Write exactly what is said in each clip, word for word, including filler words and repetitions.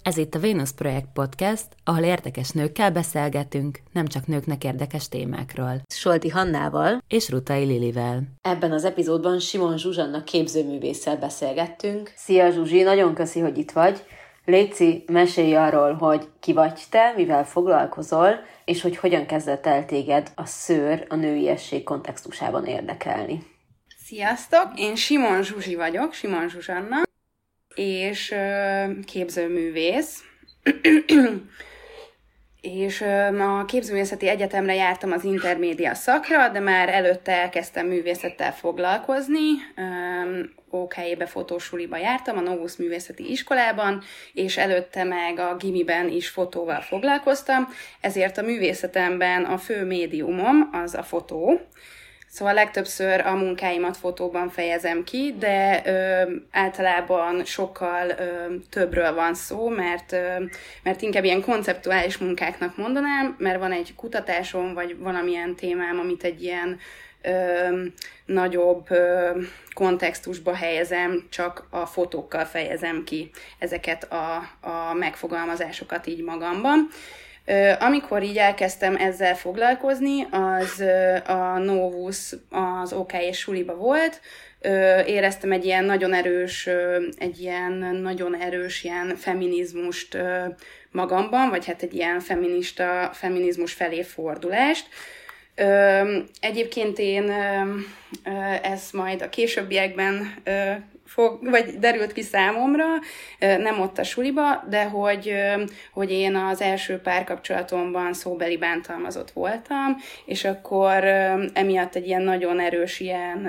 Ez itt a Vénusz Projekt Podcast, ahol érdekes nőkkel beszélgetünk, nem csak nőknek érdekes témákról. Solti Hannával és Rutai Lilivel. Ebben az epizódban Simon Zsuzsanna képzőművésszel beszélgettünk. Szia Zsuzsi, nagyon köszi, hogy itt vagy. Léci, mesélj arról, hogy ki vagy te, mivel foglalkozol, és hogy hogyan kezdett el téged a szőr a nőiesség kontextusában érdekelni. Sziasztok! Én Simon Zsuzsi vagyok, Simon Zsuzsanna, és ö, képzőművész. és ö, a képzőművészeti egyetemre jártam az intermédia szakra, de már előtte elkezdtem művészettel foglalkozni. ó ká é-be fotósuliba jártam, a Novus Művészeti Iskolában, és előtte meg a gimiben is fotóval foglalkoztam, ezért a művészetemben a fő médiumom az a fotó. Szóval legtöbbször a munkáimat fotóban fejezem ki, de ö, általában sokkal ö, többről van szó, mert, ö, mert inkább ilyen konceptuális munkáknak mondanám, mert van egy kutatásom, vagy valamilyen témám, amit egy ilyen ö, nagyobb ö, kontextusba helyezem, csak a fotókkal fejezem ki ezeket a, a megfogalmazásokat így magamban. Amikor így elkezdtem ezzel foglalkozni, az a Novus, az ó ká é suliba volt, éreztem egy ilyen nagyon erős, egy ilyen nagyon erős ilyen feminizmust magamban, vagy hát egy ilyen feminista, feminizmus felé fordulást. Egyébként én ezt majd a későbbiekben fog, vagy derült ki számomra, nem ott a suliba, de hogy, hogy én az első párkapcsolatomban szóbeli bántalmazott voltam, és akkor emiatt egy ilyen nagyon erős ilyen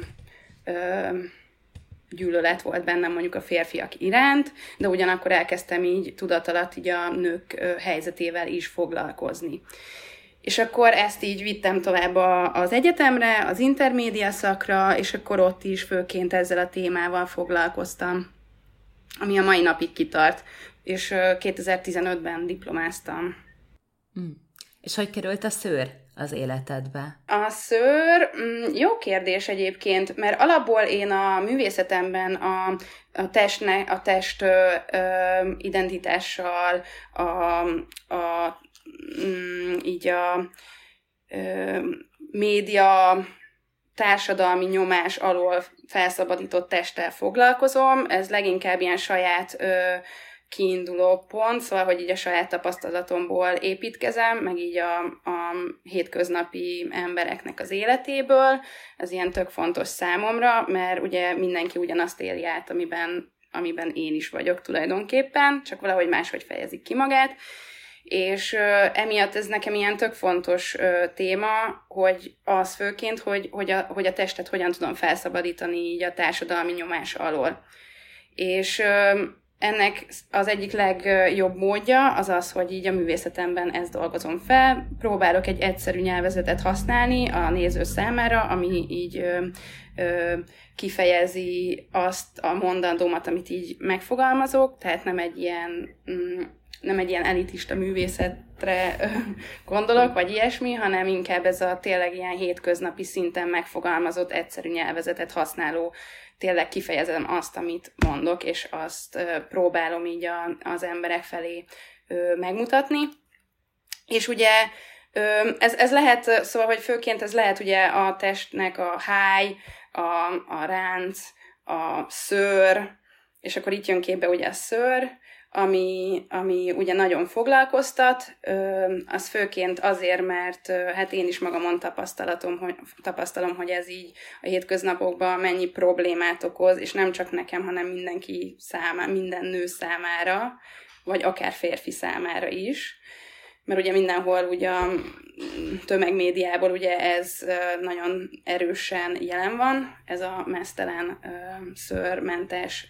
gyűlölet volt bennem mondjuk a férfiak iránt, de ugyanakkor elkezdtem így tudatalatt így a nők helyzetével is foglalkozni. És akkor ezt így vittem tovább az egyetemre, az intermédia szakra, és akkor ott is főként ezzel a témával foglalkoztam, ami a mai napig kitart, és kétezer-tizenötben diplomáztam. Mm. És hogy került a szőr az életedbe? A szőr, jó kérdés egyébként, mert alapból én a művészetemben a, a, testne, a test ö, ö, identitással, a, a így a ö, média társadalmi nyomás alól felszabadított testtel foglalkozom. Ez leginkább ilyen saját ö, kiinduló pont, szóval, hogy így a saját tapasztalatomból építkezem, meg így a, a hétköznapi embereknek az életéből. Ez ilyen tök fontos számomra, mert ugye mindenki ugyanazt éli át, amiben, amiben én is vagyok tulajdonképpen, csak valahogy máshogy fejezik ki magát. És uh, emiatt ez nekem ilyen tök fontos uh, téma, hogy az főként, hogy, hogy, a, hogy a testet hogyan tudom felszabadítani így a társadalmi nyomás alól. És uh, ennek az egyik legjobb módja az az, hogy így a művészetemben ezt dolgozom fel. Próbálok egy egyszerű nyelvezetet használni a néző számára, ami így ö, ö, kifejezi azt a mondandómat, amit így megfogalmazok, tehát nem egy ilyen... Mm, nem egy ilyen elitista művészetre gondolok, vagy ilyesmi, hanem inkább ez a tényleg ilyen hétköznapi szinten megfogalmazott egyszerű nyelvezetet használó, tényleg kifejezem azt, amit mondok, és azt próbálom így a, az emberek felé megmutatni. És ugye ez, ez lehet, szóval, hogy főként ez lehet ugye a testnek a háj, a, a ránc, a szőr, és akkor itt jön képbe ugye a szőr, Ami, ami ugye nagyon foglalkoztat, az főként azért, mert hát én is magamon tapasztalatom, hogy, tapasztalom, hogy ez így a hétköznapokban mennyi problémát okoz, és nem csak nekem, hanem mindenki számára, minden nő számára, vagy akár férfi számára is. Mert ugye mindenhol ugye a tömegmédiából ugye ez nagyon erősen jelen van, ez a meztelen, szőrmentes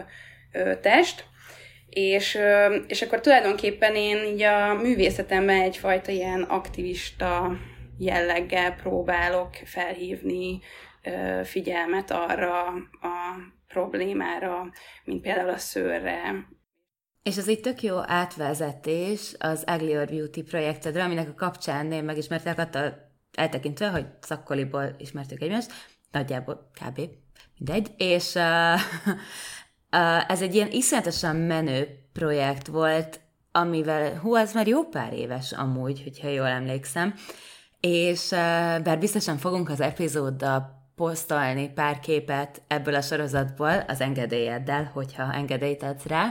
test. És, és akkor tulajdonképpen én így a művészetemben egyfajta ilyen aktivista jelleggel próbálok felhívni figyelmet arra a problémára, mint például a szőrre. És ez egy tök jó átvezetés az Ugly or Beauty projektedre, aminek a kapcsán én megismertek attól eltekintve, hogy szakkoliból ismertük egymást, nagyjából kb. Mindegy, és... Uh, Ez egy ilyen iszonyatosan menő projekt volt, amivel, hú, az már jó pár éves amúgy, hogyha jól emlékszem, és bár biztosan fogunk az epizóddal posztolni pár képet ebből a sorozatból, az engedélyeddel, hogyha engedélyt adsz rá,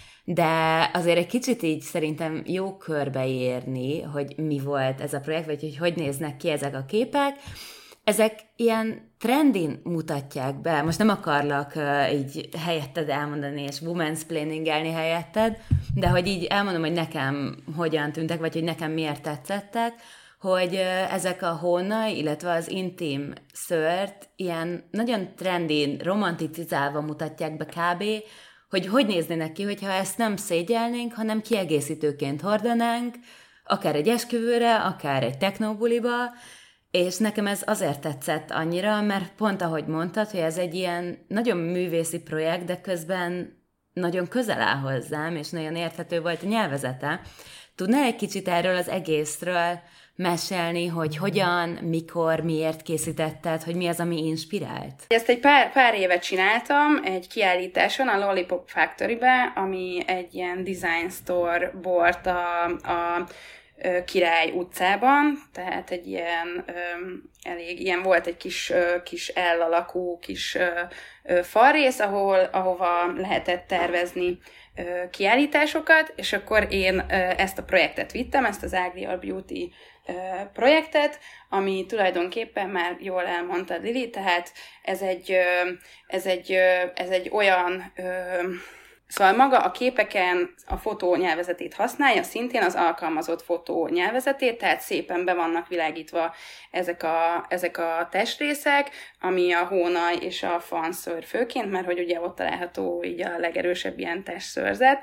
de azért egy kicsit így szerintem jó körbeírni, hogy mi volt ez a projekt, vagy hogy hogy néznek ki ezek a képek. Ezek ilyen trendin mutatják be, most nem akarlak uh, így helyetted elmondani, és womansplainingelni helyetted, de hogy így elmondom, hogy nekem hogyan tűntek, vagy hogy nekem miért tetszettek, hogy uh, ezek a hónai, illetve az intim szőrt ilyen nagyon trendin, romanticizálva mutatják be kb., hogy hogy néznének ki, hogyha ezt nem szégyelnénk, hanem kiegészítőként hordanánk, akár egy esküvőre, akár egy technobuliba, és nekem ez azért tetszett annyira, mert pont ahogy mondtad, hogy ez egy ilyen nagyon művészi projekt, de közben nagyon közel áll hozzám, és nagyon érthető volt a nyelvezete. Tudnál egy kicsit erről az egészről mesélni, hogy hogyan, mikor, miért készítetted, hogy mi az, ami inspirált? Ezt egy pár, pár évet csináltam egy kiállításon, a Lollipop Factory-be, ami egy ilyen design store volt a, a Király utcában, tehát egy ilyen elég, ilyen volt egy kis, kis L alakú kis falrész, ahol, ahova lehetett tervezni kiállításokat, és akkor én ezt a projektet vittem, ezt az Agrial Beauty projektet, ami tulajdonképpen már jól elmondtad, Lili, tehát ez egy, ez egy, ez egy olyan, szóval maga a képeken a fotó nyelvezetét használja, szintén az alkalmazott fotó nyelvezetét, tehát szépen be vannak világítva ezek a, ezek a testrészek, ami a hónaj és a fanszőr főként, mert hogy ugye ott található így a legerősebb ilyen testszőrzet,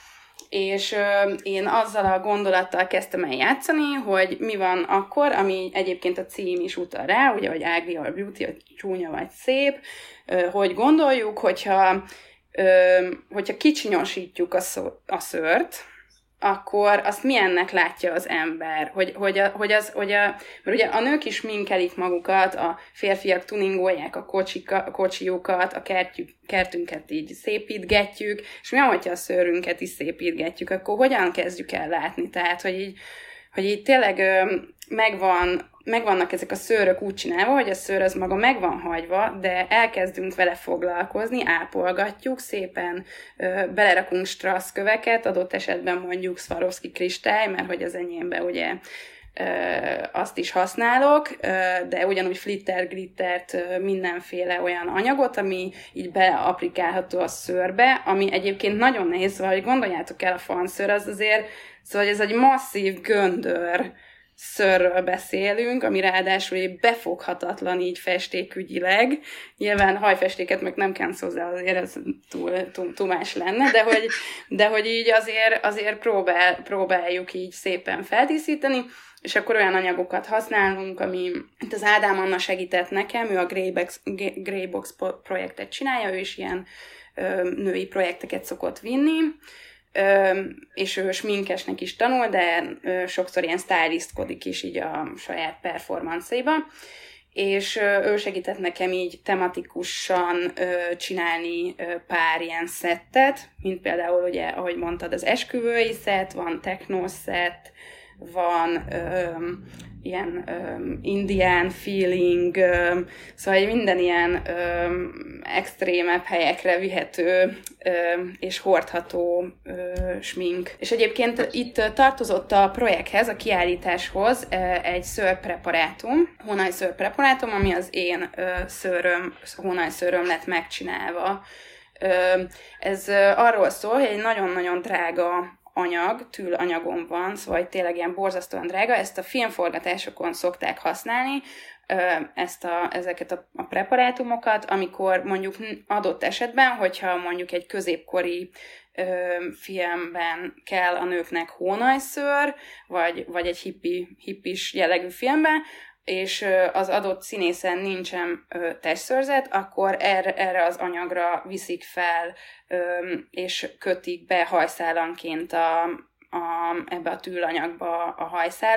és ö, én azzal a gondolattal kezdtem el játszani, hogy mi van akkor, ami egyébként a cím is utal rá, ugye, hogy Agrial Beauty, hogy csúnya vagy szép, ö, hogy gondoljuk, hogyha, ö, hogyha kicsinyosítjuk a, szó, a szőrt, akkor azt milyennek látja az ember, hogy, hogy, a, hogy, az, hogy a, mert ugye a nők is minkelik magukat, a férfiak tuningolják a, kocsika, a kocsijukat, a kertjük, kertünket így szépítgetjük, és mi van, hogyha a szőrünket is szépítgetjük, akkor hogyan kezdjük el látni? Tehát, hogy így, hogy így tényleg ö, megvan, megvannak ezek a szőrök úgy csinálva, hogy a szőr az maga meg van hagyva, de elkezdünk vele foglalkozni, ápolgatjuk, szépen ö, belerakunk strasszköveket, adott esetben mondjuk Swarovski kristály, mert hogy az enyémben ugye ö, azt is használok, ö, de ugyanúgy flitter, glittert, ö, mindenféle olyan anyagot, ami így beleaplikálható a szőrbe, ami egyébként nagyon nehéz, szóval, hogy gondoljátok el, a fanszőr az azért, szóval ez egy masszív göndör szőrről beszélünk, ami ráadásul így befoghatatlan így festékügyileg. Nyilván hajfestéket meg nem kánsz hozzá, azért ez túl, túl, túl más lenne, de hogy, de hogy így azért, azért próbál, próbáljuk így szépen feldíszíteni, és akkor olyan anyagokat használunk, ami itt az Ádám Anna segített nekem, ő a Greybox, Greybox projektet csinálja, ő is ilyen ö, női projekteket szokott vinni, Ö, és ő sminkesnek is tanul, de ö, sokszor ilyen stylistkodik is így a saját performance-aiba, és ö, ő segített nekem így tematikusan ö, csinálni ö, pár ilyen szettet, mint például ugye, ahogy mondtad, az esküvői szett, van techno szett, van ö, ilyen ö, indián feeling, ö, szóval minden ilyen ö, extrémebb helyekre vihető ö, és hordható ö, smink. És egyébként itt tartozott a projekthez, a kiállításhoz ö, egy szőrpreparátum, hónajszőrpreparátum, ami az én ö, szőröm, hónajszőröm lett megcsinálva. Ö, ez ö, arról szól, hogy egy nagyon-nagyon drága anyag, tűlanyagon van, szóval tényleg ilyen borzasztóan drága, ezt a filmforgatásokon szokták használni, ezt a, ezeket a, a preparátumokat, amikor mondjuk adott esetben, hogyha mondjuk egy középkori ö, filmben kell a nőknek hónajszőr, vagy, vagy egy hippi, hippis jellegű filmben, és az adott színészen nincsen ö, testszőrzet, akkor erre, erre az anyagra viszik fel, ö, és kötik be hajszálanként a, a, ebbe a tűlanyagba a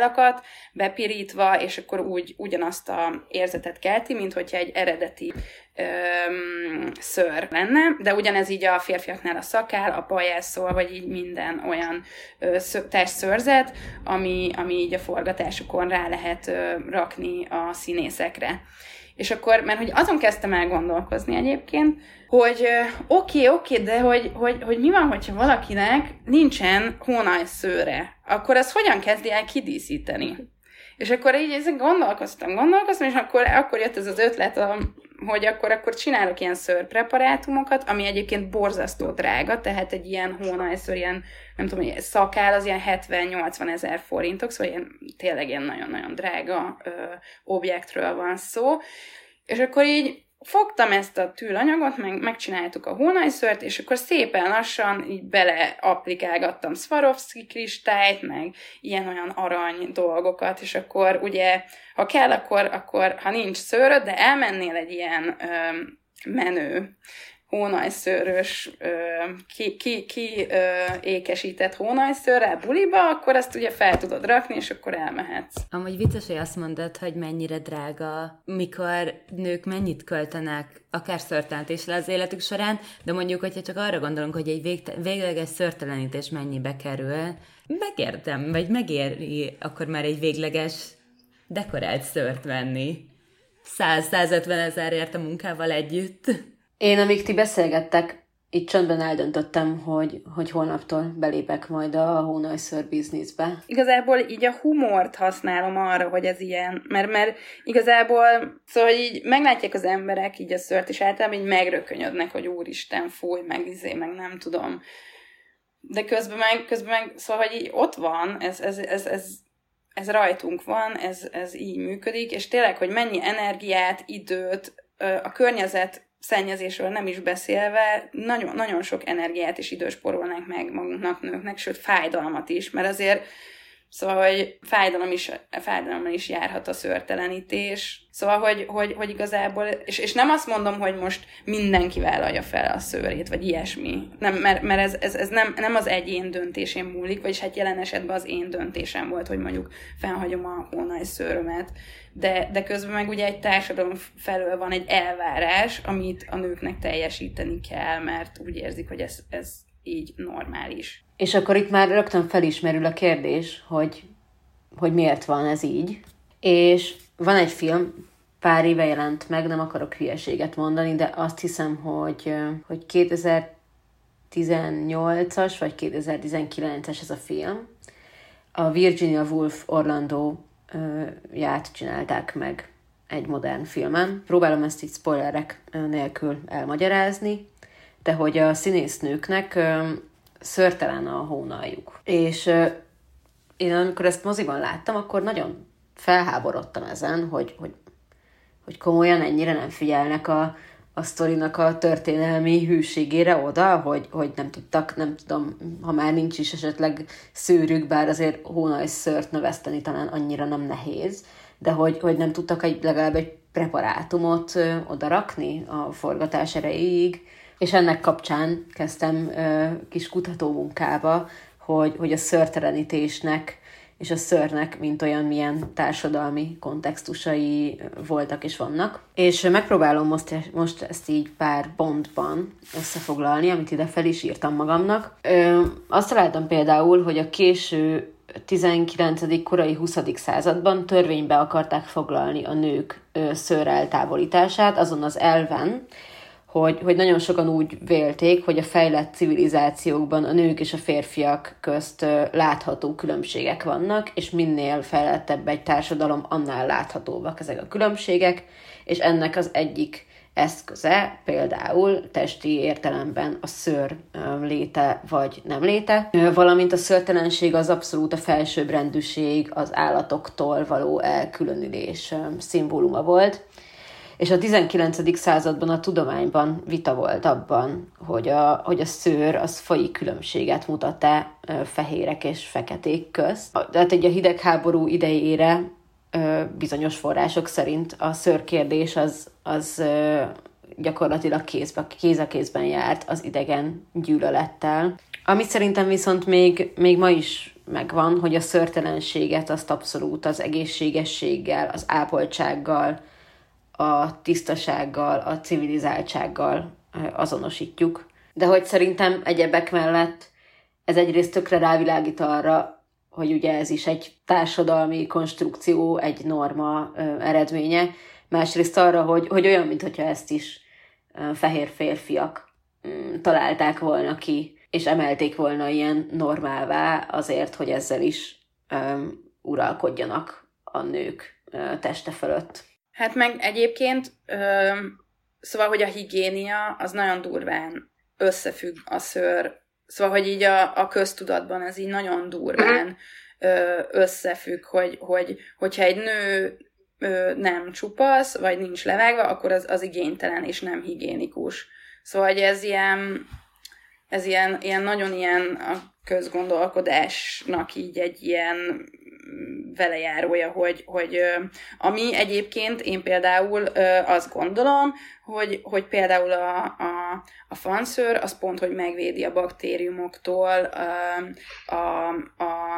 hajszálakat, bepirítva, és akkor úgy ugyanazt a érzetet kelti, mint hogyha egy eredeti öm, szőr lenne, de ugyanez így a férfiaknál a szakál, a pajászol, vagy így minden olyan ö, sző, testszőrzet, ami, ami így a forgatásukon rá lehet ö, rakni a színészekre. És akkor, mert hogy azon kezdtem el gondolkozni egyébként, hogy oké, okay, oké, okay, de hogy, hogy, hogy mi van, hogyha valakinek nincsen hónajszőre, akkor ezt hogyan kezdi el kidíszíteni? És akkor így ezen gondolkoztam, gondolkoztam, és akkor, akkor jött ez az ötlet, hogy akkor, akkor csinálok ilyen szőrpreparátumokat, ami egyébként borzasztó drága, tehát egy ilyen hónajszőr, ilyen, nem tudom, hogy szakál, az ilyen hetven-nyolcvan ezer forintok, szóval ilyen, tényleg ilyen nagyon-nagyon drága ö, objektről van szó. És akkor így fogtam ezt a tűlanyagot, meg, megcsináltuk a hónajszőrt, és akkor szépen lassan így beleapplikálgattam Swarovski kristályt, meg ilyen-olyan arany dolgokat, és akkor ugye, ha kell, akkor, akkor ha nincs szőröd, de elmennél egy ilyen ö, menő hónajszőrös, ö, ki, ki, ki ö, ékesített hónajszőrrel buliba, akkor azt ugye fel tudod rakni, és akkor elmehetsz. Amúgy vicces, hogy azt mondod, hogy mennyire drága, mikor nők mennyit költenek akár szőrtelenítésre az életük során, de mondjuk, hogyha csak arra gondolunk, hogy egy végte- végleges szőrtelenítés mennyibe kerül, megértem, vagy megéri akkor már egy végleges dekorált szőrt venni. száz-százötven ezerért a munkával együtt. Én, amíg ti beszélgettek, itt csöndben eldöntöttem, hogy, hogy holnaptól belépek majd a hónajszőr bizniszbe. Igazából így a humort használom arra, hogy ez ilyen, mert, mert igazából, szóval így meglátják az emberek így a szőrt, és általában így megrökönyödnek, hogy úristen, fúj, meg izé, meg nem tudom. De közben meg, közben meg szóval, hogy így ott van, ez, ez, ez, ez, ez rajtunk van, ez, ez így működik, és tényleg, hogy mennyi energiát, időt, a környezet szennyezésről nem is beszélve, nagyon, nagyon sok energiát és időt spórolnánk meg magunknak, nőknek, sőt fájdalmat is, mert azért szóval, hogy fájdalom is, fájdalommal is járhat a szőrtelenítés. Szóval, hogy, hogy, hogy igazából, és, és nem azt mondom, hogy most mindenki vállalja fel a szőrét, vagy ilyesmi. Nem, mert mert ez, ez, ez nem, nem az egyén döntésén múlik, vagyis hát jelen esetben az én döntésem volt, hogy mondjuk fennhagyom a hónajszőrömet. De, de közben meg ugye egy társadalom felől van egy elvárás, amit a nőknek teljesíteni kell, mert úgy érzik, hogy ez, ez így normális. És akkor itt már rögtön felismerül a kérdés, hogy, hogy miért van ez így. És van egy film, pár éve jelent meg, nem akarok hülyeséget mondani, de azt hiszem, hogy, hogy kétezer-tizennyolcas vagy kétezer-tizenkilences ez a film. A Virginia Woolf Orlando ját csinálták meg egy modern filmen. Próbálom ezt így spoilerek nélkül elmagyarázni, de hogy a színésznőknek szőrtelen a hónaljuk. És én amikor ezt moziban láttam, akkor nagyon felháborodtam ezen, hogy, hogy, hogy komolyan ennyire nem figyelnek a, a sztorinak a történelmi hűségére oda, hogy, hogy nem tudtak, nem tudom, ha már nincs is esetleg szőrük, bár azért hónajszőrt növeszteni talán annyira nem nehéz, de hogy, hogy nem tudtak egy, legalább egy preparátumot ö, odarakni a forgatás erejéig, és ennek kapcsán kezdtem ö, kis kutatómunkába, hogy, hogy a szőrtelenítésnek és a szőrnek, mint olyan milyen társadalmi kontextusai voltak és vannak. És megpróbálom most, most ezt így pár pontban összefoglalni, amit ide fel is írtam magamnak. Ö, azt találtam például, hogy a késő tizenkilencedik korai huszadik században törvénybe akarták foglalni a nők ö, szőr eltávolítását, azon az elven, Hogy, hogy nagyon sokan úgy vélték, hogy a fejlett civilizációkban a nők és a férfiak közt látható különbségek vannak, és minél fejlettebb egy társadalom, annál láthatóbbak ezek a különbségek, és ennek az egyik eszköze például testi értelemben a szőr léte vagy nem léte, valamint a szőrtelenség az abszolút a felsőbbrendűség, az állatoktól való elkülönülés szimbóluma volt. És a tizenkilencedik században a tudományban vita volt abban, hogy a, hogy a szőr az faji különbséget mutat-e fehérek és feketék közt. Tehát egy a hidegháború idejére bizonyos források szerint a szőrkérdés az, az gyakorlatilag kézbe, kéz a kézben járt az idegen gyűlölettel. Amit szerintem viszont még, még ma is megvan, hogy a szőrtelenséget azt abszolút az egészségességgel, az ápoltsággal, a tisztasággal, a civilizáltsággal azonosítjuk. De hogy szerintem egyebek mellett ez egyrészt tökre rávilágít arra, hogy ugye ez is egy társadalmi konstrukció, egy norma ö, eredménye, másrészt arra, hogy, hogy olyan, mintha ezt is ö, fehér férfiak ö, találták volna ki, és emelték volna ilyen normává azért, hogy ezzel is ö, uralkodjanak a nők ö, teste fölött. Hát meg egyébként, ö, szóval, hogy a higiénia az nagyon durván összefügg a szőr, szóval, hogy így a, a köztudatban ez így nagyon durván ö, összefügg, hogy, hogy, hogyha egy nő ö, nem csupasz, vagy nincs levágva, akkor az, az igénytelen és nem higiénikus. Szóval, hogy ez ilyen, ez ilyen, ilyen nagyon ilyen a közgondolkodásnak így egy ilyen velejárója, hogy, hogy ami egyébként én például azt gondolom, hogy, hogy például a, a, a fanszőr az pont, hogy megvédi a baktériumoktól a, a, a,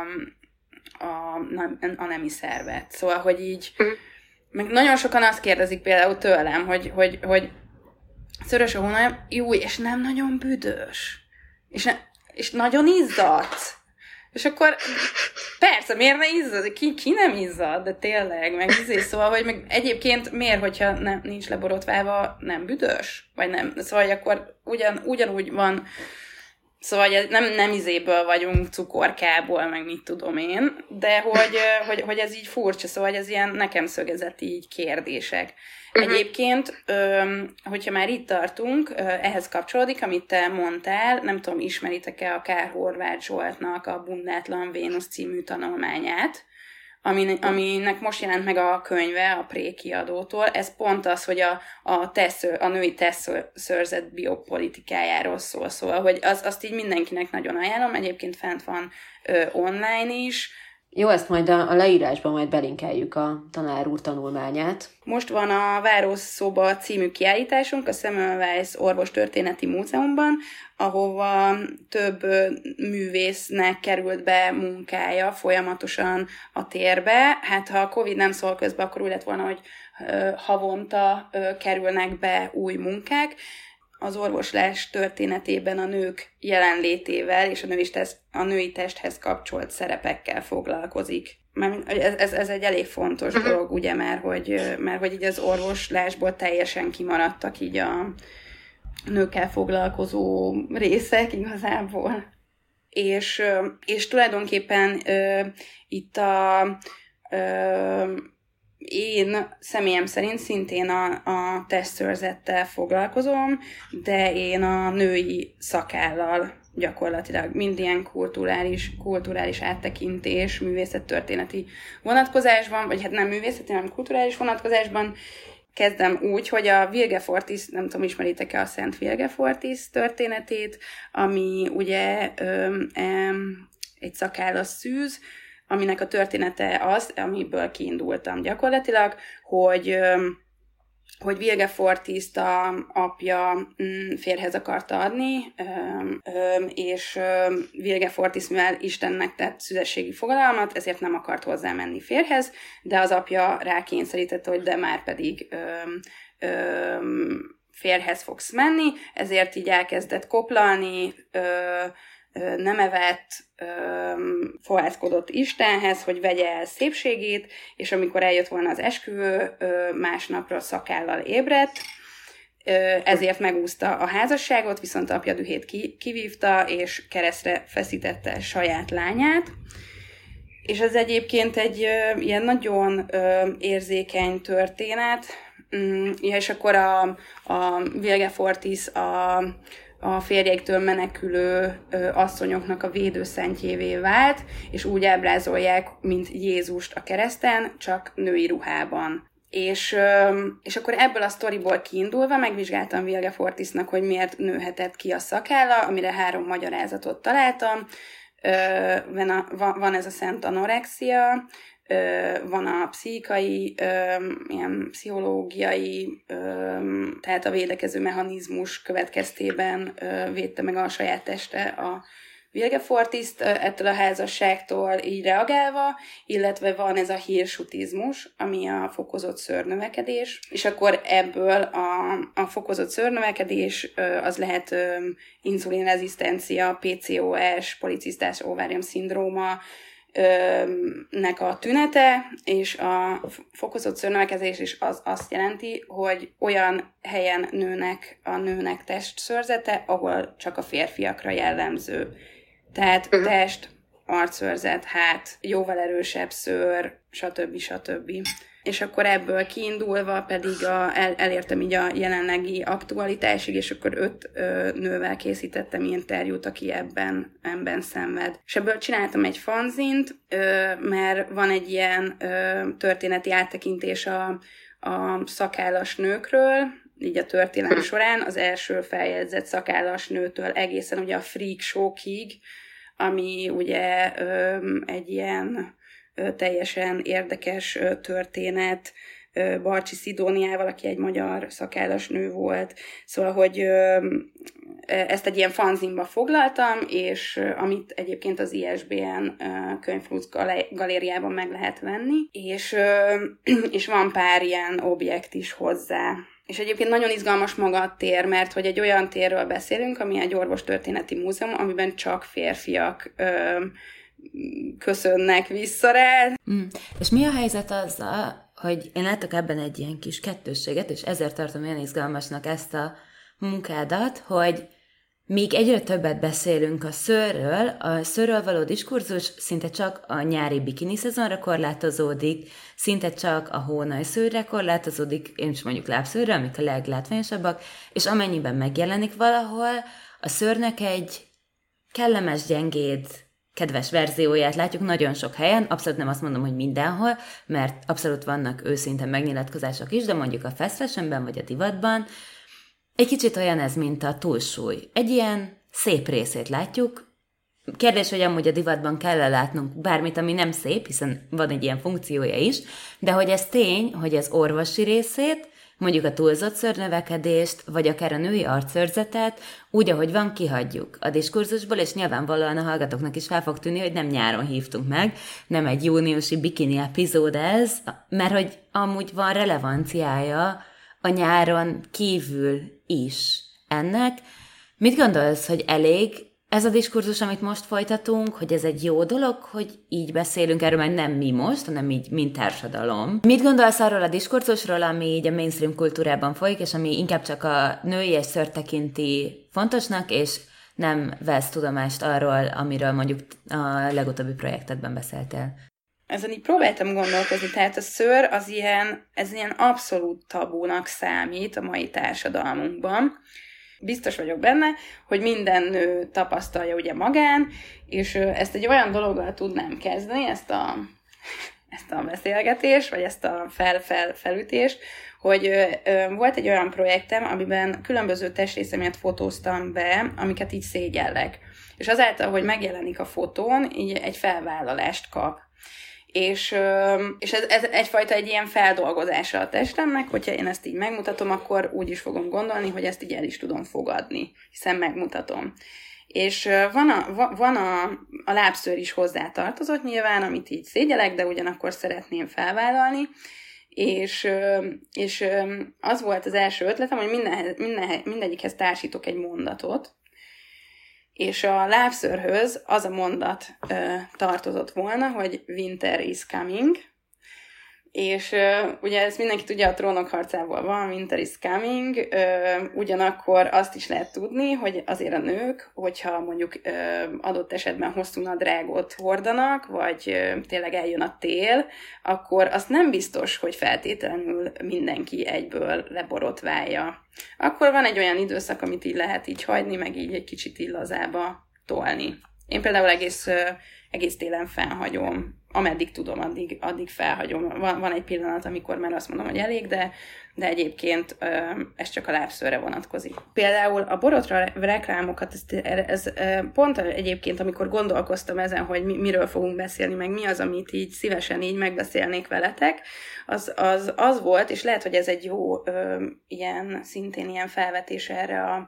a, a nemi szervet. Szóval, hogy így meg nagyon sokan azt kérdezik például tőlem, hogy, hogy, hogy szörös a hónalom, jó, és nem nagyon büdös. És, ne, és nagyon izzadt. És akkor persze, miért ne izzad? Ki, ki nem izzad? De tényleg, meg izé, szóval, hogy meg egyébként miért, hogyha nem, nincs leborotválva, nem büdös? Vagy nem? Szóval, hogy akkor ugyan, ugyanúgy van, szóval hogy nem, nem izéből vagyunk, cukorkából, meg mit tudom én, de hogy, hogy, hogy ez így furcsa, szóval hogy ez ilyen nekem szögezett így kérdések. Egyébként, hogyha már itt tartunk, ehhez kapcsolódik, amit te mondtál, nem tudom, ismeritek-e a Kár Horváth Zsoltnak a Bundátlan Vénusz című tanulmányát, aminek most jelent meg a könyve a Pré kiadótól. Ez pont az, hogy a, a, tesző, a női tesztszőrzet biopolitikájáról szól. Szóval, hogy az, azt így mindenkinek nagyon ajánlom, egyébként fent van ö, online is. Jó, ezt majd a, a leírásban majd belinkeljük a tanár úr tanulmányát. Most van a Városszoba című kiállításunk a Semmelweis Orvostörténeti Múzeumban, ahova több művésznek került be munkája folyamatosan a térbe. Hát ha a Covid nem szól közbe, akkor úgy lett volna, hogy havonta kerülnek be új munkák. Az orvoslás történetében a nők jelenlétével és a női, test, a női testhez kapcsolt szerepekkel foglalkozik. Ez, ez, ez egy elég fontos uh-huh. dolog, ugye, mert hogy, mert hogy így az orvoslásból teljesen kimaradtak így a nőkkel foglalkozó részek igazából. És, és tulajdonképpen uh, itt a... Uh, Én személyem szerint szintén a, a testszőrzettel foglalkozom, de én a női szakállal gyakorlatilag mind ilyen kulturális, kulturális áttekintés, művészettörténeti vonatkozásban, vagy hát nem művészeti, hanem kulturális vonatkozásban kezdem úgy, hogy a Vilgefortis, nem tudom, ismeritek-e a Szent Vilgefortis történetét, ami ugye ö, ö, egy szakállas szűz, aminek a története az, amiből kiindultam gyakorlatilag, hogy, hogy Vilgefortist a apja férhez akarta adni, és Vilgefortis, mivel Istennek tett szüzességi fogadalmat, ezért nem akart hozzá menni férhez, de az apja rákényszerítette, hogy de már pedig férhez fogsz menni, ezért így elkezdett koplalni, nem evett, fohászkodott Istenhez, hogy vegye el szépségét, és amikor eljött volna az esküvő, másnapra szakállal ébredt, ezért megúszta a házasságot, viszont apja dühét kivívta, és keresztre feszítette saját lányát. És ez egyébként egy ilyen nagyon érzékeny történet, ja, és akkor a, a Vilgefortis a a férjeiktől menekülő ö, asszonyoknak a védőszentjévé vált, és úgy ábrázolják, mint Jézust a kereszten, csak női ruhában. És, ö, és akkor ebből a sztoriból kiindulva megvizsgáltam Vilgefortisnak, hogy miért nőhetett ki a szakálla, amire három magyarázatot találtam. Ö, van, a, van ez a szent anorexia, van a pszichikai, ilyen pszichológiai, tehát a védekező mechanizmus következtében védte meg a saját teste a Vilgefortiszt ettől a házasságtól így reagálva, illetve van ez a hirsutizmus, ami a fokozott szőrnövekedés, és akkor ebből a, a fokozott szőrnövekedés az lehet inzulinrezisztencia, pé cé o es, policisztás ovárium szindróma, nek a tünete, és a fokozott szőrnövekedés is az azt jelenti, hogy olyan helyen nőnek a nőnek testszőrzete, ahol csak a férfiakra jellemző. Tehát uh-huh. test, arcszőrzet, hát, jóval erősebb szőr, stb. stb. És akkor ebből kiindulva pedig a, el, elértem így a jelenlegi aktualitásig, és akkor öt ö, nővel készítettem interjút, aki ebben, ebben szenved. És ebből csináltam egy fanzint, ö, mert van egy ilyen ö, történeti áttekintés a, a szakállas nőkről, így a történelem során, az első feljegyzett szakállas nőtől egészen ugye a freak show-ig, ami ugye ö, egy ilyen teljesen érdekes történet Barcsi Szidóniával, aki egy magyar szakállas nő volt. Szóval, hogy ezt egy ilyen fanzinba foglaltam, és amit egyébként az i es bé en könyvflusz galériában meg lehet venni, és, és van pár ilyen objekt is hozzá. És egyébként nagyon izgalmas maga a tér, mert hogy egy olyan térről beszélünk, ami egy orvostörténeti múzeum, amiben csak férfiak köszönnek vissza rá. Mm. És mi a helyzet azzal, hogy én látok ebben egy ilyen kis kettősséget, és ezért tartom olyan izgalmasnak ezt a munkádat, hogy míg egyre többet beszélünk a szőrről, a szőrről való diskurzus szinte csak a nyári bikini szezonra korlátozódik, szinte csak a hónajszőrre korlátozódik, én is mondjuk lábszőrre, amik a leglátványosabbak, és amennyiben megjelenik valahol, a szőrnek egy kellemes, gyengéd, kedves verzióját látjuk nagyon sok helyen, abszolút nem azt mondom, hogy mindenhol, mert abszolút vannak őszinte megnyilatkozások is, de mondjuk a fast fashionben vagy a divatban egy kicsit olyan ez, mint a túlsúly. Egy ilyen szép részét látjuk. Kérdés, hogy amúgy a divatban kell látnunk bármit, ami nem szép, hiszen van egy ilyen funkciója is, de hogy ez tény, hogy az orvosi részét, mondjuk a túlzott szőrnövekedést, vagy akár a női arcszőrzetet, úgy, ahogy van, kihagyjuk a diskurzusból, és nyilvánvalóan a hallgatóknak is fel fog tűnni, hogy nem nyáron hívtunk meg, nem egy júniusi bikini epizód ez, mert hogy amúgy van relevanciája a nyáron kívül is ennek. Mit gondolsz, hogy elég ez a diskurzus, amit most folytatunk, hogy ez egy jó dolog, hogy így beszélünk erről, mert nem mi most, hanem így, mint társadalom. Mit gondolsz arról a diskurzusról, ami így a mainstream kultúrában folyik, és ami inkább csak a női és szőrt tekinti fontosnak, és nem vesz tudomást arról, amiről mondjuk a legutóbbi projektedben beszéltél? Ezen így próbáltam gondolkozni, tehát a szőr az ilyen, ez ilyen abszolút tabúnak számít a mai társadalmunkban. Biztos vagyok benne, hogy minden nő tapasztalja ugye magán, és ezt egy olyan dologgal tudnám kezdeni, ezt a, ezt a beszélgetést, vagy ezt a fel-fel-felütést, hogy ö, volt egy olyan projektem, amiben különböző testrészemért fotóztam be, amiket így szégyellek. És azáltal, hogy megjelenik a fotón, így egy felvállalást kap. És, és ez, ez egyfajta egy ilyen feldolgozása a testemnek, hogyha én ezt így megmutatom, akkor úgy is fogom gondolni, hogy ezt így el is tudom fogadni, hiszen megmutatom. És van a, van a, a lábszőr is hozzá tartozott nyilván, amit így szégyelek, de ugyanakkor szeretném felvállalni, és, és az volt az első ötletem, hogy minden, minden, mindegyikhez társítok egy mondatot, és a lábszőrhöz az a mondat ö, tartozott volna, hogy winter is coming, és ö, ugye ezt mindenki tudja, a Trónok harcából van, winter is coming, ö, ugyanakkor azt is lehet tudni, hogy azért a nők, hogyha mondjuk ö, adott esetben hosszú nadrágot hordanak, vagy ö, tényleg eljön a tél, akkor azt nem biztos, hogy feltétlenül mindenki egyből leborotválja. Akkor van egy olyan időszak, amit így lehet így hagyni, meg így egy kicsit így lazába tolni. Én például egész, egész télen felhagyom. Ameddig tudom, addig, addig felhagyom. Van, van egy pillanat, amikor már azt mondom, hogy elég, de, de egyébként ez csak a lábszőrre vonatkozik. Például a borotra reklámokat, ez, ez pont egyébként, amikor gondolkoztam ezen, hogy mi, miről fogunk beszélni, meg mi az, amit így szívesen így megbeszélnék veletek, az, az, az volt, és lehet, hogy ez egy jó ilyen, szintén ilyen felvetés erre a,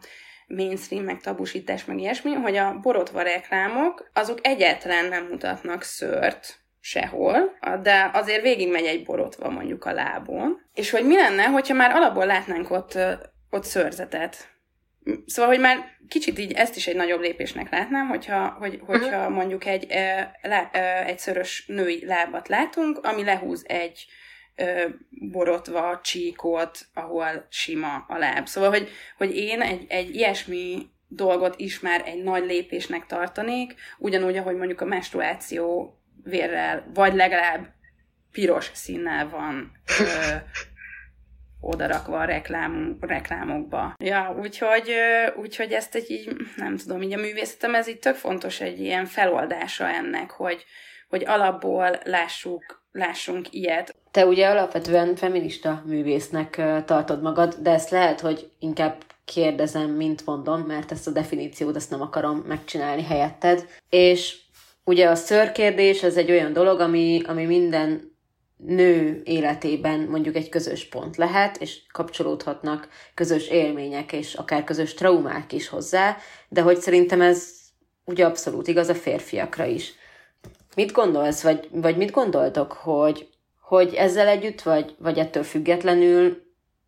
mainstream, meg tabusítás, meg ilyesmi, hogy a borotva reklámok, azok egyáltalán nem mutatnak szőrt sehol, de azért végigmegy egy borotva mondjuk a lábon. És hogy mi lenne, hogyha már alapból látnánk ott, ott szőrzetet. Szóval, hogy már kicsit így ezt is egy nagyobb lépésnek látnám, hogyha, hogy, hogyha mondjuk egy, egy szőrös női lábat látunk, ami lehúz egy borotva, csíkot, ahol sima a láb. Szóval, hogy, hogy én egy, egy ilyesmi dolgot is már egy nagy lépésnek tartanék, ugyanúgy, ahogy mondjuk a menstruáció vérrel, vagy legalább piros színnel van ö, odarakva a reklám, reklámokba. Ja, úgyhogy, ö, úgyhogy ezt egy így, nem tudom, így a művészetem, ez így tök fontos egy ilyen feloldása ennek, hogy, hogy alapból lássuk, lássunk ilyet. Te ugye alapvetően feminista művésznek tartod magad, de ezt lehet, hogy inkább kérdezem, mint mondom, mert ezt a definíciót ezt nem akarom megcsinálni helyetted. És ugye a szőrkérdés, ez egy olyan dolog, ami, ami minden nő életében mondjuk egy közös pont lehet, és kapcsolódhatnak közös élmények, és akár közös traumák is hozzá, de hogy szerintem ez ugye abszolút igaz a férfiakra is. Mit gondolsz, vagy, vagy mit gondoltok, hogy, hogy ezzel együtt, vagy, vagy ettől függetlenül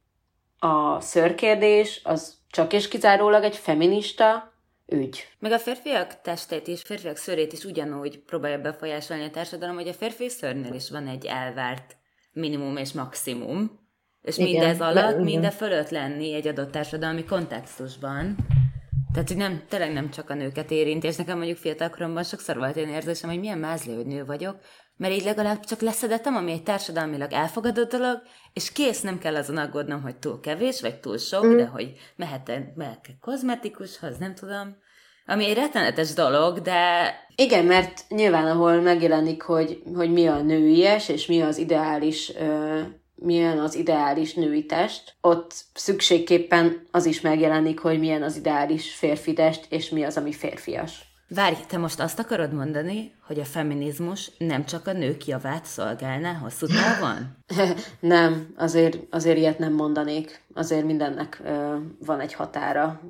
a szőrkérdés az csak és kizárólag egy feminista ügy? Meg a férfiak testét is, férfiak szőrét is ugyanúgy próbálja befolyásolni a társadalom, hogy a férfi szőrnél is van egy elvárt minimum és maximum, és igen, mindez alatt, de, minden fölött lenni egy adott társadalmi kontextusban. Tehát, hogy nem, tényleg nem csak a nőket érint, és nekem mondjuk fiatalkoromban sokszor volt én érzésem, hogy milyen mázli, hogy nő vagyok, mert így legalább csak leszedettem, ami egy társadalmilag elfogadott dolog, és kész, nem kell azon aggódnom, hogy túl kevés, vagy túl sok, mm. de hogy mehet-e, mehet kozmetikushoz, nem tudom. Ami egy rettenetes dolog, de... Igen, mert nyilván ahol megjelenik, hogy, hogy mi a nőies, és mi az ideális... Ö... milyen az ideális női test, ott szükségképpen az is megjelenik, hogy milyen az ideális férfi test, és mi az, ami férfias. Várj, te most azt akarod mondani, hogy a feminizmus nem csak a nők javát szolgálná hosszú távon? Nem, azért, azért ilyet nem mondanék. Azért mindennek ö, van egy határa.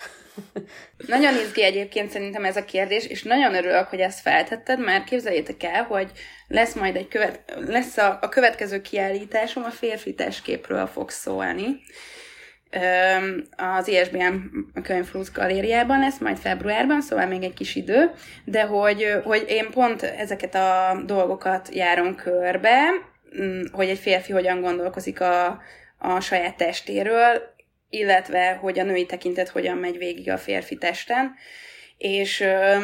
Nagyon izgi egyébként szerintem ez a kérdés, és nagyon örülök, hogy ezt feltetted, mert képzeljétek el, hogy lesz majd egy követ, lesz a, a következő kiállításom, a férfi testképről fog szólni. Az i es bé em könyvflusz galériában lesz majd februárban, szóval még egy kis idő, de hogy, hogy én pont ezeket a dolgokat járom körbe, hogy egy férfi hogyan gondolkozik a, a saját testéről, illetve hogy a női tekintet hogyan megy végig a férfi testen, és,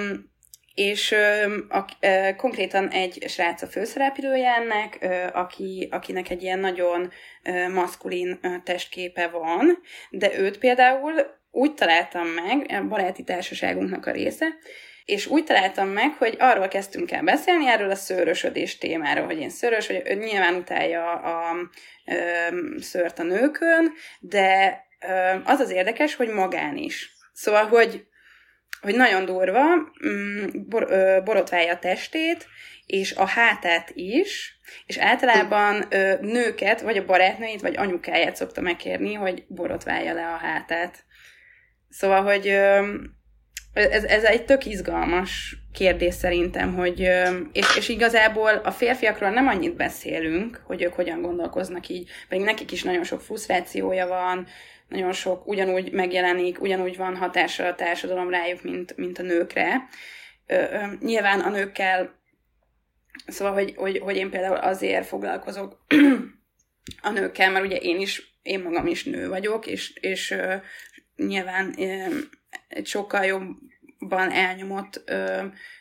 és a, konkrétan egy srác a főszereplője ennek, aki, akinek egy ilyen nagyon maszkulin testképe van, de őt például úgy találtam meg, a baráti társaságunknak a része, és úgy találtam meg, hogy arról kezdtünk el beszélni, erről a szőrösödés témáról, hogy én szőrös, hogy ő nyilván utálja a, a, a szőrt a nőkön, de az az érdekes, hogy magán is. Szóval, hogy, hogy nagyon durva, bor, borotválja a testét, és a hátát is, és általában nőket, vagy a barátnőit, vagy anyukáját szokta megkérni, hogy borotválja le a hátát. Szóval, hogy ez, ez egy tök izgalmas kérdés szerintem, hogy, és, és igazából a férfiakról nem annyit beszélünk, hogy ők hogyan gondolkoznak így, pedig nekik is nagyon sok frusztrációja van, nagyon sok ugyanúgy megjelenik, ugyanúgy van hatása a társadalom rájuk, mint, mint a nőkre. Ö, ö, nyilván a nőkkel, szóval, hogy, hogy, hogy én például azért foglalkozok a nőkkel, mert ugye én is, én magam is nő vagyok, és, és ö, nyilván ö, egy sokkal jobban elnyomott ö,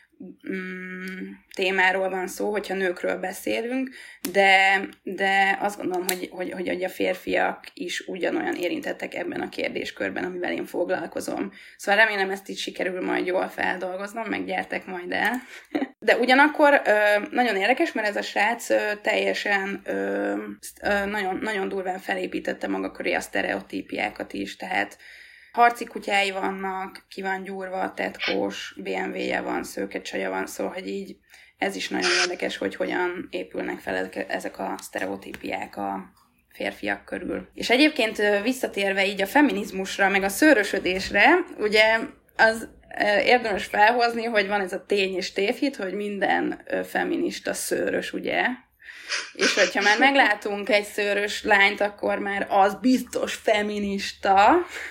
mm, témáról van szó, hogyha nőkről beszélünk, de, de azt gondolom, hogy, hogy, hogy a férfiak is ugyanolyan érintettek ebben a kérdéskörben, amivel én foglalkozom. Szóval remélem ezt így sikerül majd jól feldolgoznom, meg gyertek majd el. De ugyanakkor ö, nagyon érdekes, mert ez a srác ö, teljesen ö, ö, nagyon, nagyon durván felépítette maga köré a sztereotípiákat is, tehát harci kutyái vannak, ki van gyúrva, tetkós, bé em vé-je van, szőke csaja van, szóval, hogy így ez is nagyon érdekes, hogy hogyan épülnek fel ezek a sztereotípiák a férfiak körül. És egyébként visszatérve így a feminizmusra, meg a szőrösödésre, ugye az érdemes felhozni, hogy van ez a tény és tévhit, hogy minden feminista szőrös, ugye? És hogyha már meglátunk egy szőrös lányt, akkor már az biztos feminista,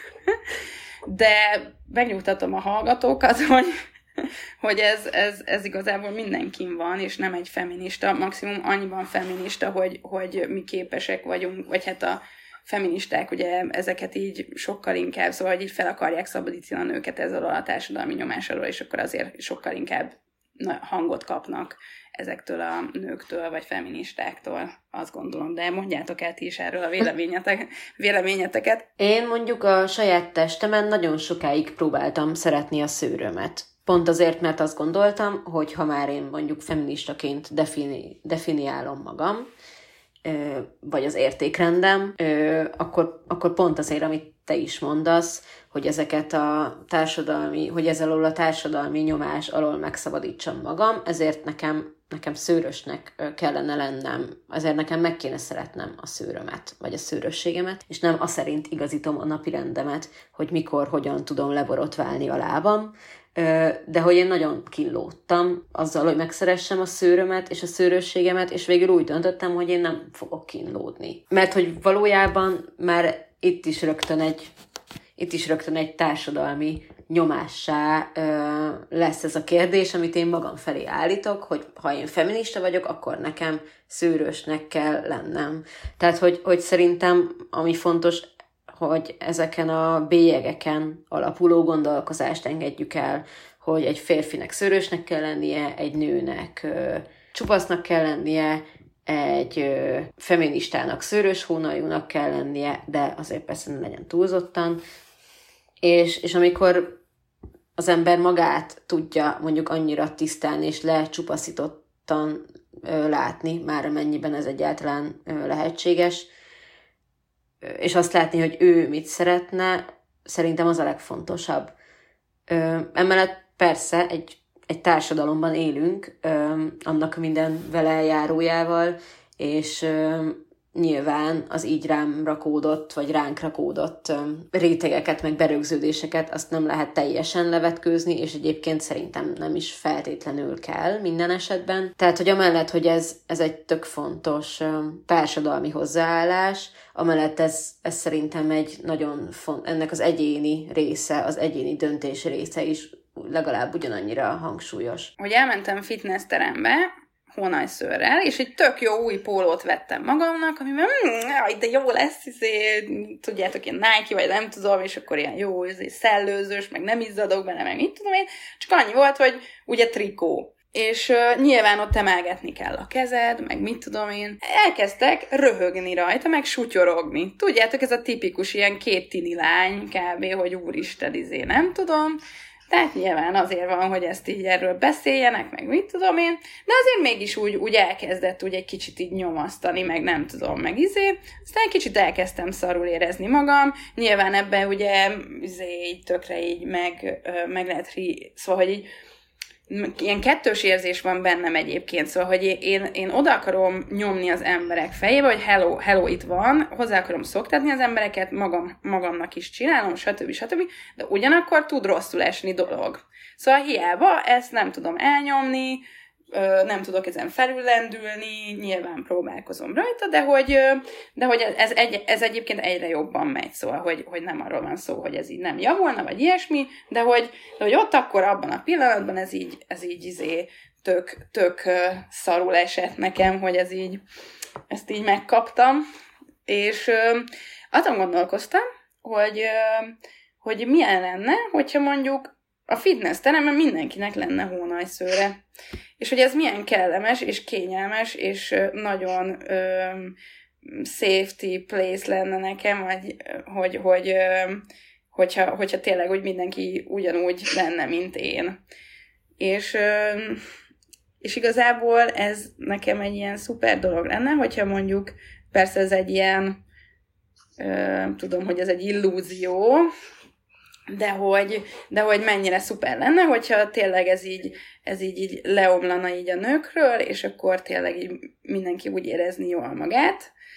de megnyugtatom a hallgatókat, hogy, hogy ez, ez, ez igazából mindenkin van, és nem egy feminista, maximum annyiban feminista, hogy, hogy mi képesek vagyunk, vagy hát a feministák ugye ezeket így sokkal inkább, szóval hogy így fel akarják szabadítani a nőket ezzel a társadalmi nyomás alól, és akkor azért sokkal inkább hangot kapnak ezektől a nőktől, vagy feministáktól, azt gondolom. De mondjátok el ti is erről a véleményetek, véleményeteket. Én mondjuk a saját testemen nagyon sokáig próbáltam szeretni a szőrömet. Pont azért, mert azt gondoltam, hogy ha már én mondjuk feministaként defini, definiálom magam, vagy az értékrendem, akkor, akkor pont azért, amit te is mondasz, hogy ezeket a társadalmi, hogy ezzel alól a társadalmi nyomás alól megszabadítsam magam, ezért nekem, nekem szőrösnek kellene lennem, ezért nekem meg kéne szeretnem a szőrömet, vagy a szőrösségemet, és nem azt szerint igazítom a napi rendemet, hogy mikor, hogyan tudom leborotválni a lábam, de hogy én nagyon kínlódtam azzal, hogy megszeressem a szőrömet és a szőrösségemet, és végül úgy döntöttem, hogy én nem fogok kínlódni. Mert hogy valójában már itt is rögtön egy, itt is rögtön egy társadalmi nyomássá ö, lesz ez a kérdés, amit én magam felé állítok, hogy ha én feminista vagyok, akkor nekem szőrösnek kell lennem. Tehát, hogy, hogy szerintem ami fontos, hogy ezeken a bélyegeken alapuló gondolkozást engedjük el, hogy egy férfinek szőrösnek kell lennie, egy nőnek ö, csupasznak kell lennie, egy ö, feministának szőrös hónajúnak kell lennie, de azért persze ne legyen túlzottan. És, és amikor az ember magát tudja mondjuk annyira tisztán és lecsupaszítottan ö, látni, már amennyiben ez egyáltalán ö, lehetséges, és azt látni, hogy ő mit szeretne, szerintem az a legfontosabb. Ö, emellett persze egy, egy társadalomban élünk, ö, annak minden vele járójával, és ö, nyilván az így rám rakódott, vagy ránk rakódott ö, rétegeket, meg berögződéseket, azt nem lehet teljesen levetkőzni, és egyébként szerintem nem is feltétlenül kell minden esetben. Tehát, hogy amellett, hogy ez, ez egy tök fontos ö, társadalmi hozzáállás, amellett ez, ez szerintem egy nagyon font, ennek az egyéni része, az egyéni döntés része is legalább ugyanannyira hangsúlyos. Hogy elmentem fitness terembe, hónajszőrrel, és egy tök jó új pólót vettem magamnak, amiben mmm, de jó lesz, izé, tudjátok, ilyen Nike, vagy nem tudom, és akkor ilyen jó, izé, szellőzős, meg nem izzadok benne, meg mit tudom én, csak annyi volt, hogy ugye trikó. És uh, nyilván ott emelgetni kell a kezed, meg mit tudom én. Elkezdtek röhögni rajta, meg sutyorogni. Tudjátok, ez a tipikus ilyen két tini lány kb., hogy úristen, izé, nem tudom. Tehát nyilván azért van, hogy ezt így erről beszéljenek, meg mit tudom én, de azért mégis úgy, úgy elkezdett úgy egy kicsit így nyomasztani, meg nem tudom, meg izé. Aztán kicsit elkezdtem szarul érezni magam. Nyilván ebben ugye izé, így tökre így meg, meg lehet ri... Szóval, hogy így ilyen kettős érzés van bennem egyébként, szóval, hogy én, én oda akarom nyomni az emberek fejébe, hogy hello, hello, itt van, hozzá akarom szoktatni az embereket, magam, magamnak is csinálom, stb. stb. De ugyanakkor tud rosszul esni dolog. Szóval hiába ezt nem tudom elnyomni, nem tudok ezen felüllendülni, nyilván próbálkozom rajta, de hogy, de hogy ez, egy, ez egyébként egyre jobban megy, szóval, hogy, hogy nem arról van szó, hogy ez így nem javulna, vagy ilyesmi, de hogy, de hogy ott akkor abban a pillanatban ez így, ez így izé tök, tök szarul esett nekem, hogy ez így, ezt így megkaptam, és azon gondolkoztam, hogy, hogy milyen lenne, hogyha mondjuk a fitness teremben mindenkinek lenne hónajszőre. És hogy ez milyen kellemes, és kényelmes, és nagyon ö, safety place lenne nekem, hogy, hogy, hogy ö, hogyha, hogyha tényleg úgy mindenki ugyanúgy lenne, mint én. És, ö, és igazából ez nekem egy ilyen szuper dolog lenne, hogyha mondjuk, persze ez egy ilyen, ö, tudom, hogy ez egy illúzió, De hogy, de hogy mennyire szuper lenne, hogyha tényleg ez így, ez így, így leomlana így a nőkről, és akkor tényleg így mindenki úgy érezni jól magát.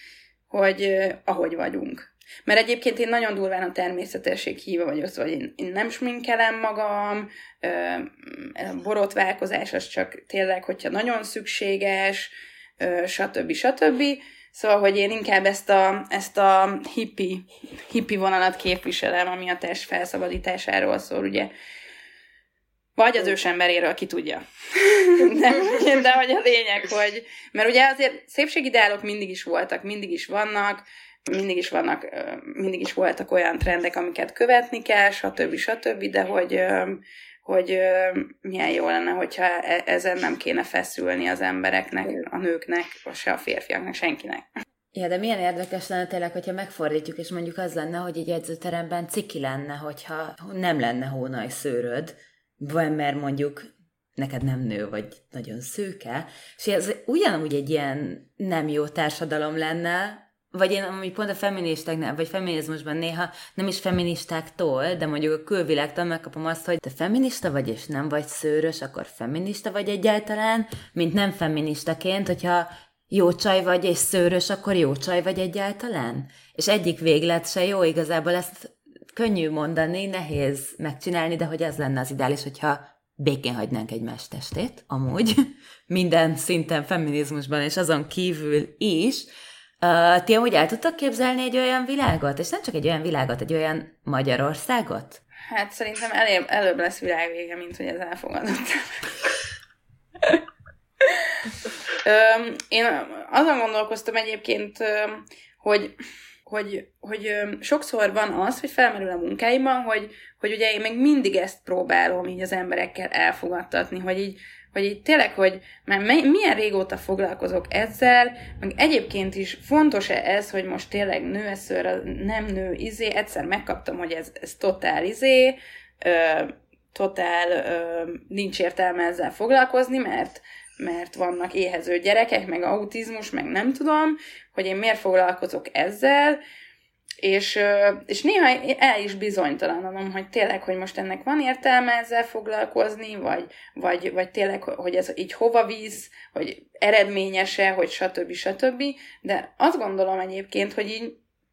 hogy uh, ahogy vagyunk. Mert egyébként én nagyon durván a természetesség híve vagyok, szóval én, én nem sminkelem magam, uh, borotválkozás az csak tényleg, hogyha nagyon szükséges, uh, stb. stb. Szóval, hogy én inkább ezt a, ezt a hippi, hippi vonalat képviselem, ami a test felszabadításáról szól, ugye. Vagy az ősemberéről, ki tudja. de, de hogy a lényeg, hogy... Mert ugye azért szépségideálok mindig is voltak, mindig is vannak, mindig is vannak, mindig is voltak olyan trendek, amiket követni kell, stb. stb. De hogy, hogy milyen jó lenne, hogyha ezen nem kéne feszülni az embereknek, a nőknek, se a férfiaknak, senkinek. Ja, de milyen érdekes lenne tényleg, hogyha megfordítjuk, és mondjuk az lenne, hogy egy edzőteremben ciki lenne, hogyha nem lenne hónajszőröd, vagy mert mondjuk neked nem nő, vagy nagyon szőke, és ez ugyanúgy egy ilyen nem jó társadalom lenne, vagy én amúgy pont a feministáknál, vagy feminizmusban néha nem is feministáktól, de mondjuk a külvilágtól megkapom azt, hogy te feminista vagy, és nem vagy szőrös, akkor feminista vagy egyáltalán, mint nem feministaként, hogyha jó csaj vagy, és szőrös, akkor jó csaj vagy egyáltalán? És egyik véglet se jó, igazából ezt könnyű mondani, nehéz megcsinálni, de hogy az lenne az ideális, hogyha békén hagynánk egymás testét, amúgy, minden szinten feminizmusban, és azon kívül is. Uh, ti amúgy el tudtak képzelni egy olyan világot? És nem csak egy olyan világot, egy olyan Magyarországot? Hát szerintem előbb, előbb lesz világvége, mint hogy ez elfogadott. Öm, én azon gondolkoztam egyébként, hogy, hogy, hogy sokszor van az, hogy felmerül a munkáimban, hogy, hogy ugye én még mindig ezt próbálom így az emberekkel elfogadtatni, hogy így, hogy így tényleg, hogy már milyen régóta foglalkozok ezzel, meg egyébként is fontos-e ez, hogy most tényleg nő szőr, nem nő, izé, egyszer megkaptam, hogy ez, ez totál izé, ö, totál ö, nincs értelme ezzel foglalkozni, mert mert vannak éhező gyerekek, meg autizmus, meg nem tudom, hogy én miért foglalkozok ezzel, és, és néha el is bizonytalanom, hogy tényleg, hogy most ennek van értelme ezzel foglalkozni, vagy, vagy, vagy tényleg, hogy ez így hova visz, hogy eredményese, hogy stb. stb. De azt gondolom egyébként, hogy így,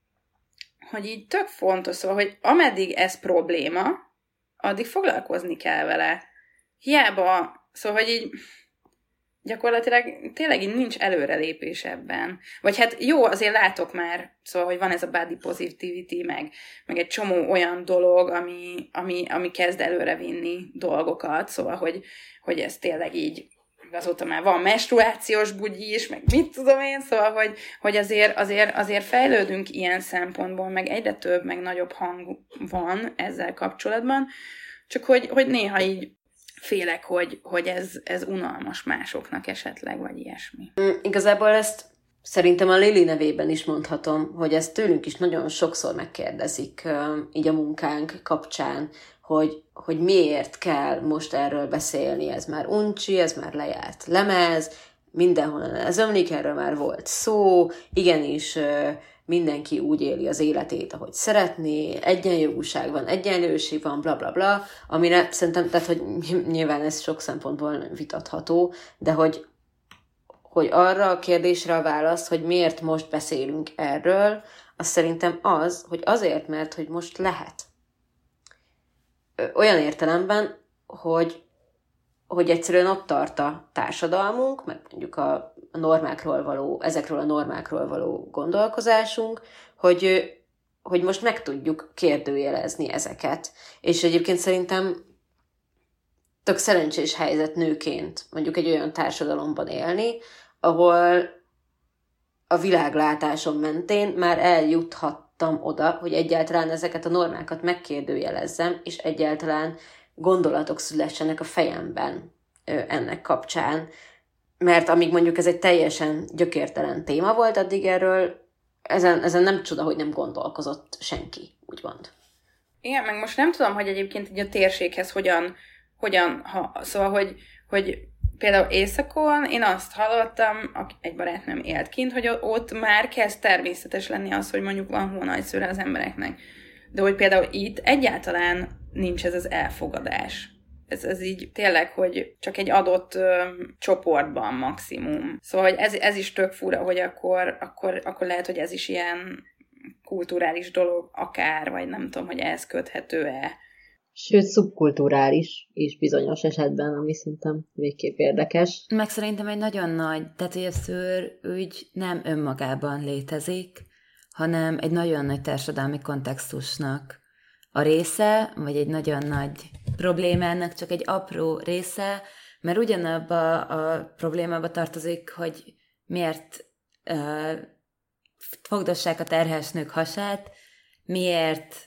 hogy így tök fontos, szóval, hogy ameddig ez probléma, addig foglalkozni kell vele. Hiába, szóval, hogy így gyakorlatilag tényleg így nincs előrelépés ebben. Vagy hát jó, azért látok már, szóval, hogy van ez a body positivity, meg, meg egy csomó olyan dolog, ami, ami, ami kezd előrevinni dolgokat, szóval, hogy, hogy ez tényleg így, azóta már van menstruációs bugyi is, meg mit tudom én, szóval, hogy, hogy azért, azért, azért fejlődünk ilyen szempontból, meg egyre több, meg nagyobb hang van ezzel kapcsolatban, csak hogy, hogy néha így félek, hogy, hogy ez, ez unalmas másoknak esetleg, vagy ilyesmi. Mm, igazából ezt szerintem a Lili nevében is mondhatom, hogy ezt tőlünk is nagyon sokszor megkérdezik így a munkánk kapcsán, hogy, hogy miért kell most erről beszélni, ez már uncsi, ez már lejárt lemez, mindenhol ez ömlik, erről már volt szó, igenis mindenki úgy éli az életét, ahogy szeretné, egyenjogúság van, egyenlőség van, bla bla bla, amire szerintem, tehát, hogy nyilván ez sok szempontból vitatható, de hogy, hogy arra a kérdésre a válasz, hogy miért most beszélünk erről, az szerintem az, hogy azért, mert hogy most lehet. Olyan értelemben, hogy, hogy egyszerűen ott tart a társadalmunk, meg mondjuk a a normákról való, ezekről a normákról való gondolkozásunk, hogy, hogy most meg tudjuk kérdőjelezni ezeket. És egyébként szerintem tök szerencsés helyzet nőként mondjuk egy olyan társadalomban élni, ahol a világlátásom mentén már eljuthattam oda, hogy egyáltalán ezeket a normákat megkérdőjelezzem, és egyáltalán gondolatok szülessenek a fejemben ennek kapcsán. Mert amíg mondjuk ez egy teljesen gyökértelen téma volt, addig erről ezen, ezen nem csoda, hogy nem gondolkozott senki, úgymond. Igen, meg most nem tudom, hogy egyébként így a térséghez hogyan, hogyan ha, szóval, hogy, hogy például északon én azt hallottam, egy barátnőm élt kint, hogy ott már kezd természetes lenni az, hogy mondjuk van hónajszőre az embereknek. De hogy például itt egyáltalán nincs ez az elfogadás. ez, ez így tényleg, hogy csak egy adott ö, csoportban maximum. Szóval hogy ez, ez is tök fura, hogy akkor, akkor, akkor lehet, hogy ez is ilyen kulturális dolog akár, vagy nem tudom, hogy ehhez köthető-e. Sőt, szubkulturális is bizonyos esetben, ami szerintem végképp érdekes. Meg szerintem egy nagyon nagy, tehát hogy a szőrügy nem önmagában létezik, hanem egy nagyon nagy társadalmi kontextusnak a része, vagy egy nagyon nagy problémának csak egy apró része, mert ugyanabba a problémába tartozik, hogy miért uh, fogdossák a terhes nők hasát, miért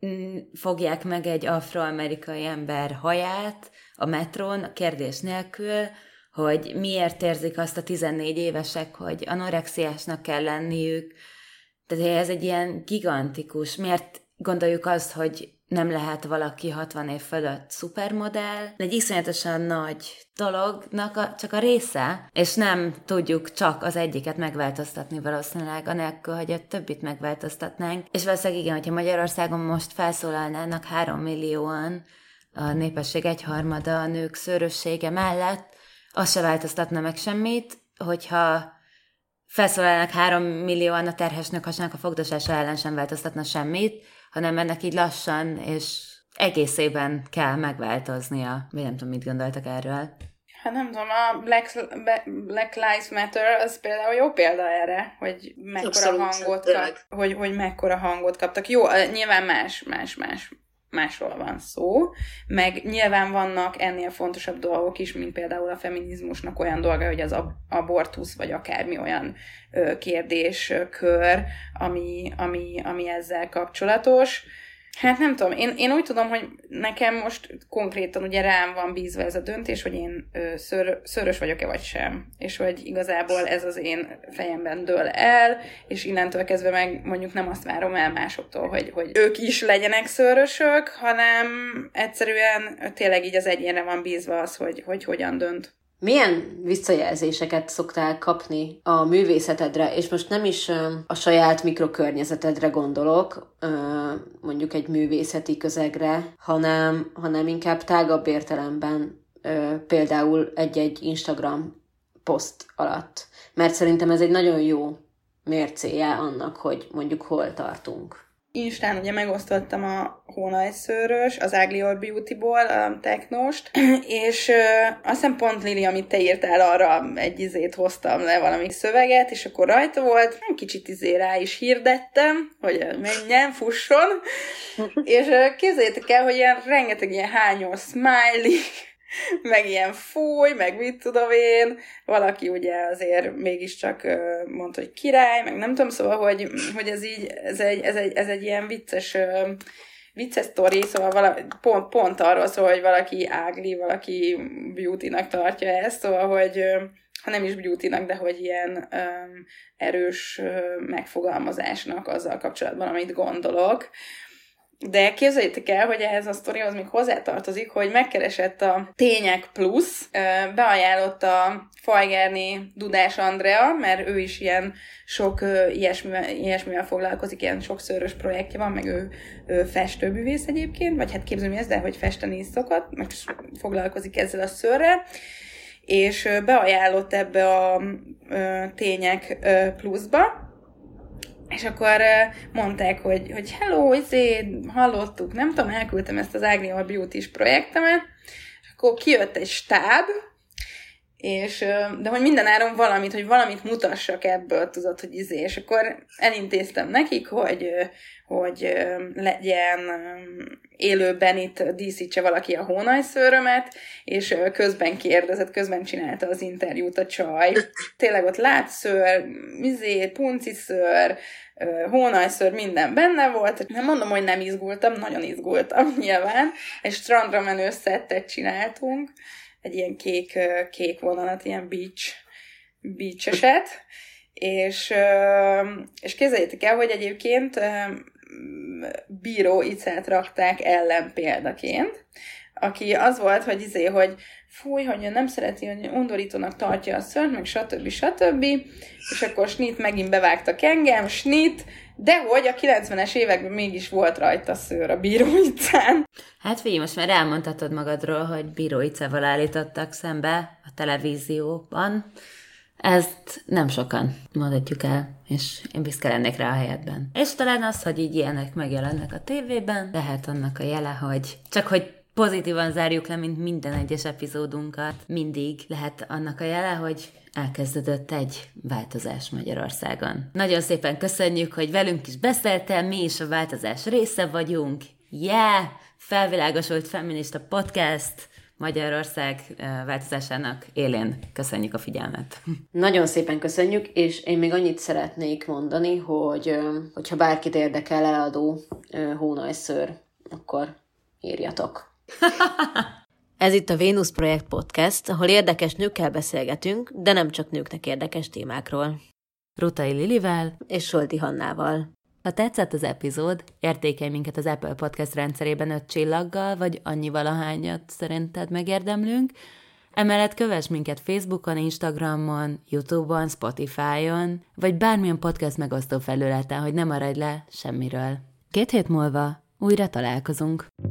fogják meg egy afroamerikai ember haját a metrón, a kérdés nélkül, hogy miért érzik azt a tizennégy évesek, hogy anorexiásnak kell lenniük. Tehát ez egy ilyen gigantikus, miért gondoljuk azt, hogy nem lehet valaki hatvan év fölött szupermodell. Egy iszonyatosan nagy dolognak a, csak a része, és nem tudjuk csak az egyiket megváltoztatni valószínűleg, anélkül, hogy a többit megváltoztatnánk. És valószínűleg igen, hogyha Magyarországon most felszólalnának három millióan a népesség egyharmada a nők szőrössége mellett, az se változtatna meg semmit, hogyha felszólalnak három millióan a terhes nők hasának a fogdosása ellen sem változtatna semmit, hanem ennek így lassan és egészében kell megváltoznia. Vagy nem tudom, mit gondoltak erről. Hát nem tudom, a Black, Black Lives Matter az például jó példa erre, hogy mekkora Abszolút, hangot kap, hogy, hogy mekkora hangot kaptak. Jó, nyilván más, más, más, másról van szó, meg nyilván vannak ennél fontosabb dolgok is, mint például a feminizmusnak olyan dolga, hogy az abortusz, vagy akármi olyan ö, kérdéskör, ami, ami, ami ezzel kapcsolatos. Hát nem tudom, én, én úgy tudom, hogy nekem most konkrétan ugye rám van bízva ez a döntés, hogy én ö, ször, szörös vagyok-e vagy sem, és hogy igazából ez az én fejemben dől el, és innentől kezdve meg mondjuk nem azt várom el másoktól, hogy, hogy ők is legyenek szőrösök, hanem egyszerűen tényleg így az egyénre van bízva az, hogy, hogy hogyan dönt. Milyen visszajelzéseket szoktál kapni a művészetedre, és most nem is a saját mikrokörnyezetedre gondolok, mondjuk egy művészeti közegre, hanem, hanem inkább tágabb értelemben, például egy-egy Instagram poszt alatt. Mert szerintem ez egy nagyon jó mércéje annak, hogy mondjuk hol tartunk. Instán ugye megosztottam a hónajszőrös, az Ugly or Beauty-ból, a technost, és ö, azt hiszem pont Lili, amit te írtál, arra egy izét hoztam le, valami szöveget, és akkor rajta volt, kicsit izé rá is hirdettem, hogy menjen, fusson, és ö, képzeljétek el, hogy ilyen rengeteg ilyen hányos smiley, meg ilyen fúj, meg mit tudom én, valaki ugye azért mégiscsak mondta, hogy király, meg nem tudom, szóval, hogy, hogy ez így, ez egy, ez egy, ez egy ilyen vicces, vicces sztori, szóval vala, pont, pont arról szól, hogy valaki ágli, valaki beauty-nak tartja ezt, szóval, hogy ha nem is beauty-nak, de hogy ilyen um, erős uh, megfogalmazásnak azzal kapcsolatban, amit gondolok. De képzeljétek el, hogy ehhez a sztorihoz még hozzátartozik, hogy megkeresett a Tények Plusz, beajánlotta Fajgerné Dudás Andrea, mert ő is ilyen sok ilyesmivel, ilyesmivel foglalkozik, ilyen sok szőrös projektje van, meg ő, ő festőművész egyébként, vagy hát képzelni ezt, de hogy festeni is szokott, meg foglalkozik ezzel a szőrrel, és beajánlott ebbe a Tények Pluszba, és akkor mondták, hogy, hogy hello, izé, hallottuk, nem tudom, elküldtem ezt az Ugly or Beauty-s projektemet, és akkor kijött egy stáb, és, de hogy mindenáron valamit, hogy valamit mutassak ebből, tudod, hogy izé, és akkor elintéztem nekik, hogy, hogy legyen élőben itt díszítse valaki a hónajszőrömet, és közben kérdezett, közben csinálta az interjút a csaj. Tényleg ott látszőr, izé, punciszőr, hónajszőr, minden benne volt. Nem mondom, hogy nem izgultam, nagyon izgultam nyilván. Egy strandra menő szettet csináltunk, egy ilyen kék, kék vonalat, ilyen beach, beach eset, és, és képzeljétek el, hogy egyébként bíró icát rakták ellen példaként. aki az volt, hogy izé, hogy fúj, hogy nem szereti, hogy undorítónak tartja a szörny, meg stb. stb. És akkor Snit megint bevágtak engem, Snit, de hogy a kilencvenes években mégis volt rajta szőr a Bíró utcán. Hát figyelj, most már elmondhatod magadról, hogy Bíró utcával állítottak szembe a televízióban. Ezt nem sokan mondhatjuk el, és én büszke lennék rá a helyetben. És talán az, hogy így ilyenek megjelennek a tévében, lehet annak a jele, hogy csak hogy pozitívan zárjuk le, mint minden egyes epizódunkat, mindig lehet annak a jele, hogy elkezdődött egy változás Magyarországon. Nagyon szépen köszönjük, hogy velünk is beszéltél, mi is a változás része vagyunk. Yeah! Felvilágosult feminista podcast Magyarország változásának élén. Köszönjük a figyelmet. Nagyon szépen köszönjük, és én még annyit szeretnék mondani, hogy hogyha bárkit érdekel eladó hónajszőr, akkor írjatok. Ez itt a Vénusz Projekt Podcast, ahol érdekes nőkkel beszélgetünk, de nem csak nőknek érdekes témákról. Rutai Lilivel és Solti Hannával. Ha tetszett az epizód, értékelj minket az Apple Podcast rendszerében öt csillaggal, vagy annyi valahányat szerinted megérdemlünk. Emellett kövess minket Facebookon, Instagramon, YouTube-on, Spotify-on, vagy bármilyen podcast megosztó felületen, hogy ne maradj le semmiről. Két hét múlva újra találkozunk.